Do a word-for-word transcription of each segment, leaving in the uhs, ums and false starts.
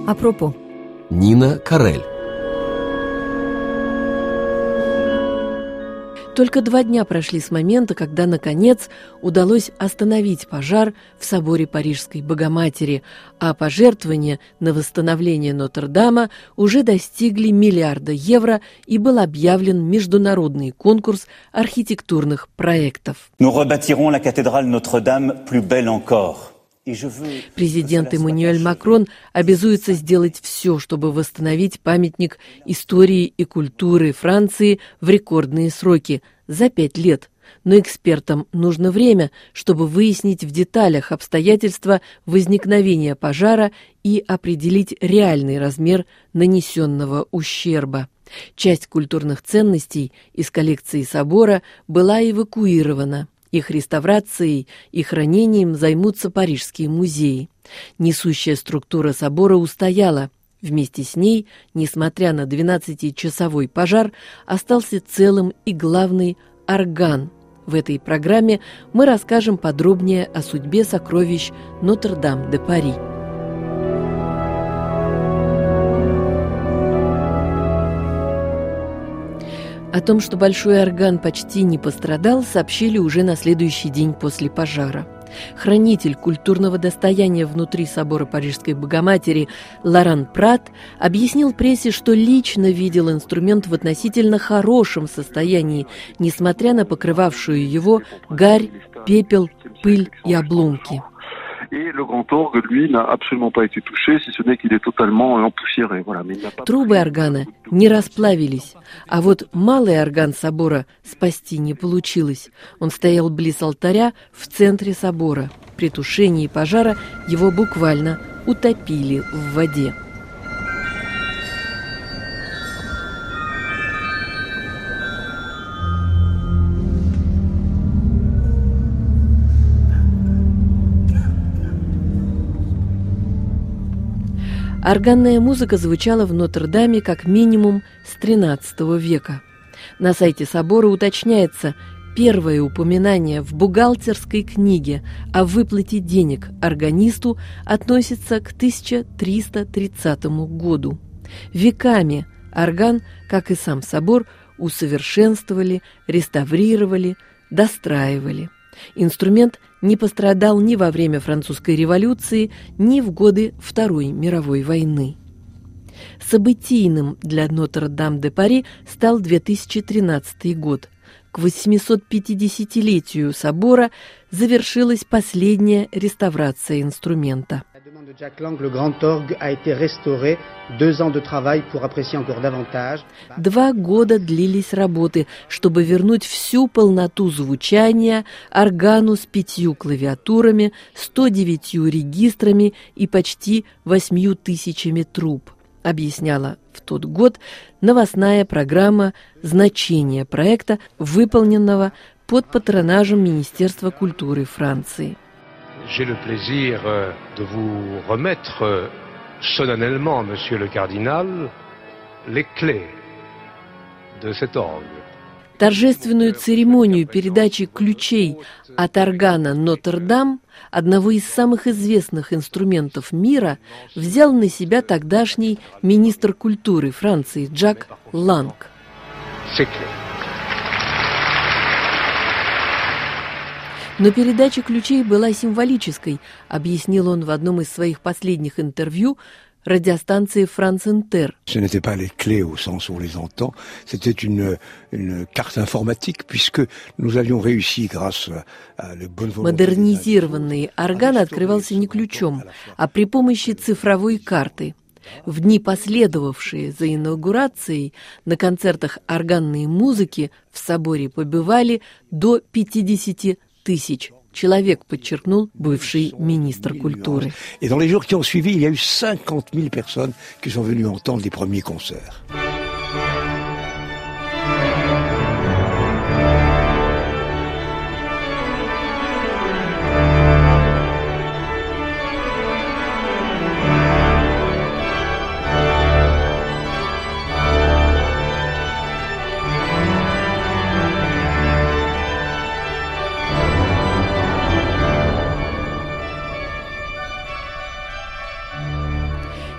Апропо. Нина Карель. Только два дня прошли с момента, когда, наконец, удалось остановить пожар в соборе Парижской Богоматери, а пожертвования на восстановление Нотр-Дама уже достигли миллиарда евро и был объявлен международный конкурс архитектурных проектов. Nous rebâtirons la cathédrale Notre-Dame plus belle encore. Президент Эммануэль Макрон обязуется сделать все, чтобы восстановить памятник истории и культуры Франции в рекордные сроки – за пять лет. Но экспертам нужно время, чтобы выяснить в деталях обстоятельства возникновения пожара и определить реальный размер нанесенного ущерба. Часть культурных ценностей из коллекции собора была эвакуирована. Их реставрацией и хранением займутся парижские музеи. Несущая структура собора устояла. Вместе с ней, несмотря на двенадцатичасовой пожар, остался целым и главный орган. В этой программе мы расскажем подробнее о судьбе сокровищ Нотр-Дам-де-Пари. О том, что большой орган почти не пострадал, сообщили уже на следующий день после пожара. Хранитель культурного достояния внутри собора Парижской Богоматери Лоран Прат объяснил прессе, что лично видел инструмент в относительно хорошем состоянии, несмотря на покрывавшую его гарь, пепел, пыль и обломки. Трубы органа не расплавились, а вот малый орган собора спасти не получилось. Он стоял близ алтаря в центре собора. При тушении пожара его буквально утопили в воде. Органная музыка звучала в Нотр-Даме как минимум с тринадцатого века. На сайте собора уточняется, первое упоминание в бухгалтерской книге о выплате денег органисту относится к тысяча триста тридцатому году. Веками орган, как и сам собор, усовершенствовали, реставрировали, достраивали. Инструмент не пострадал ни во время Французской революции, ни в годы Второй мировой войны. Событийным для Нотр-Дам-де-Пари стал две тысячи тринадцатый год. К восьмисотпятидесятилетию собора завершилась последняя реставрация инструмента. Два года длились работы, чтобы вернуть всю полноту звучания органу с пятью клавиатурами, sto девятью регистрами и почти восьмью тысячами труб, объясняла в тот год новостная программа «Значение проекта», выполненного под патронажем Министерства культуры Франции. J'ai le plaisir de vous remettre solennellement, monsieur le cardinal, les clés de cet orgue. Торжественную церемонию передачи ключей от органа Нотр-Дам, одного из самых известных инструментов мира, взял на себя тогдашний министр культуры Франции Жак Ланг. Но передача ключей была символической, объяснил он в одном из своих последних интервью радиостанции «France Inter». Ce n'était pas les clés au sens où on les entend, c'était une, une carte informatique, puisque nous allions réussir grâce à la bonne volonté. Модернизированный орган открывался не ключом, а при помощи цифровой карты. В дни, последовавшие за инаугурацией, на концертах органной музыки в соборе побывали до пятидесяти тысяч человек, подчеркнул бывший министр культуры. Et dans les jours qui ont suivi, il y a eu cinquante mille personnes qui sont venues entendre les premiers concerts.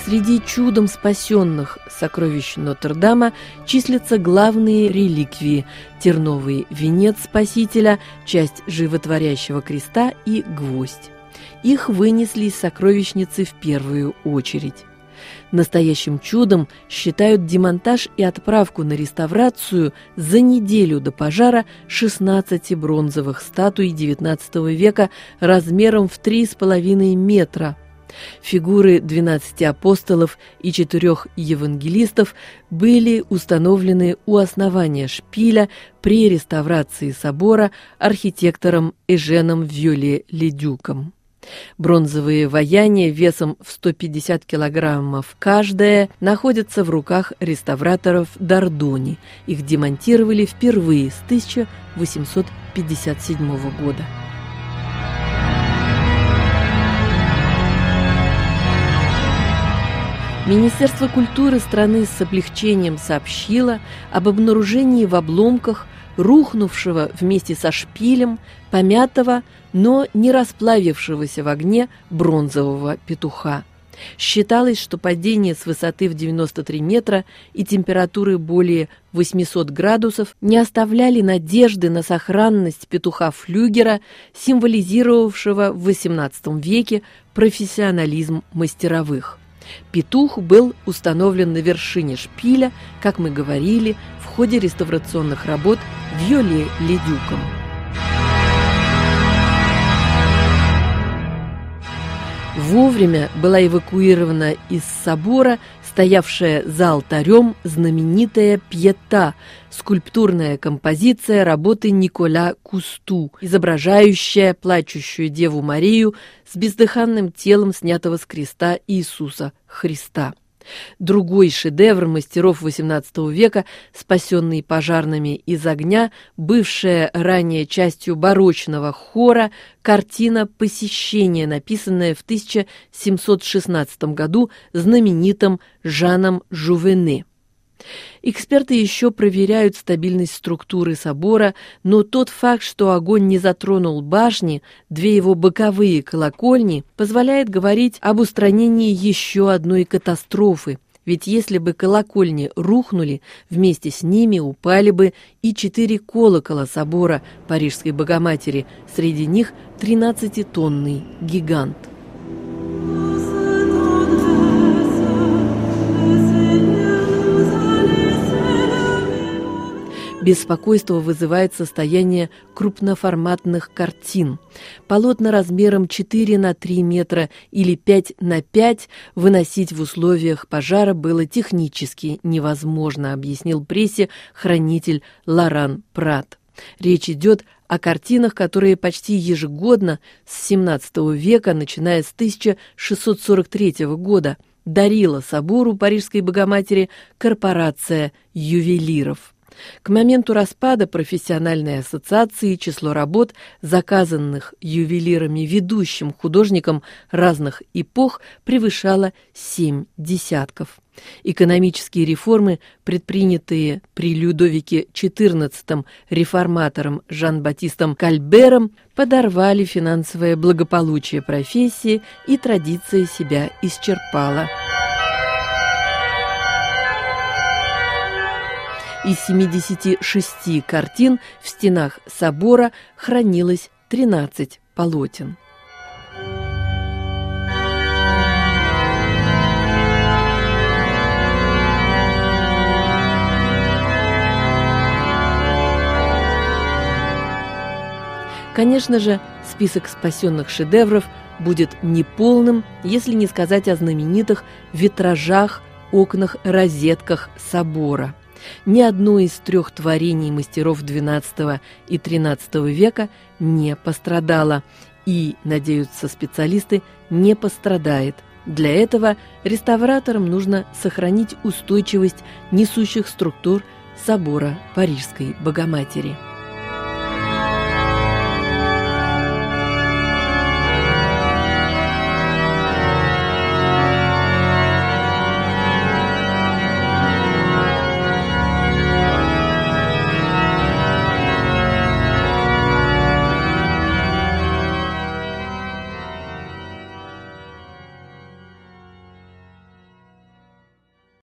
Среди чудом спасенных сокровищ Нотр-Дама числятся главные реликвии – терновый венец Спасителя, часть животворящего креста и гвоздь. Их вынесли из сокровищницы в первую очередь. Настоящим чудом считают демонтаж и отправку на реставрацию за неделю до пожара шестнадцати бронзовых статуй девятнадцатого века размером в три с половиной метра. Фигуры двенадцати апостолов и четырех евангелистов были установлены у основания шпиля при реставрации собора архитектором Эженом Вьоле-Ледюком. Бронзовые ваяния весом в сто пятьдесят килограммов каждое находятся в руках реставраторов Дордони. Их демонтировали впервые с тысяча восемьсот пятьдесят седьмого года. Министерство культуры страны с облегчением сообщило об обнаружении в обломках рухнувшего вместе со шпилем, помятого, но не расплавившегося в огне бронзового петуха. Считалось, что падение с высоты в девяносто три метра и температуры более восьмисот градусов не оставляли надежды на сохранность петуха-флюгера, символизировавшего в восемнадцатом веке профессионализм мастеровых. Петух был установлен на вершине шпиля, как мы говорили, в ходе реставрационных работ Вьоле-Ледюком. Вовремя была эвакуирована из собора стоявшая за алтарем знаменитая «Пьета» – скульптурная композиция работы Николя Кусту, изображающая плачущую Деву Марию с бездыханным телом снятого с креста Иисуса Христа. Другой шедевр мастеров восемнадцатого века, спасенный пожарными из огня, бывшая ранее частью барочного хора, картина «Посещение», написанная в тысяча семьсот шестнадцатом году знаменитым Жаном Жувене. Эксперты еще проверяют стабильность структуры собора, но тот факт, что огонь не затронул башни, две его боковые колокольни, позволяет говорить об устранении еще одной катастрофы. Ведь если бы колокольни рухнули, вместе с ними упали бы и четыре колокола собора Парижской Богоматери, среди них тринадцатитонный гигант. Беспокойство вызывает состояние крупноформатных картин. Полотна размером четыре на три метра или пять на пять выносить в условиях пожара было технически невозможно, объяснил прессе хранитель Лоран Прат. Речь идет о картинах, которые почти ежегодно с семнадцатого века, начиная с тысяча шестьсот сорок третьего года, дарила собору Парижской Богоматери корпорация ювелиров. К моменту распада профессиональной ассоциации число работ, заказанных ювелирами ведущим художникам разных эпох, превышало семь десятков. Экономические реформы, предпринятые при Людовике четырнадцатом реформатором Жан-Батистом Кальбером, подорвали финансовое благополучие профессии, и традиция себя исчерпала. Из семидесяти шести картин в стенах собора хранилось тринадцать полотен. Конечно же, список спасенных шедевров будет неполным, если не сказать о знаменитых витражах, окнах, розетках собора. Ни одно из трех творений мастеров двенадцатого и тринадцатого века не пострадало и, надеются специалисты, не пострадает. Для этого реставраторам нужно сохранить устойчивость несущих структур собора Парижской Богоматери.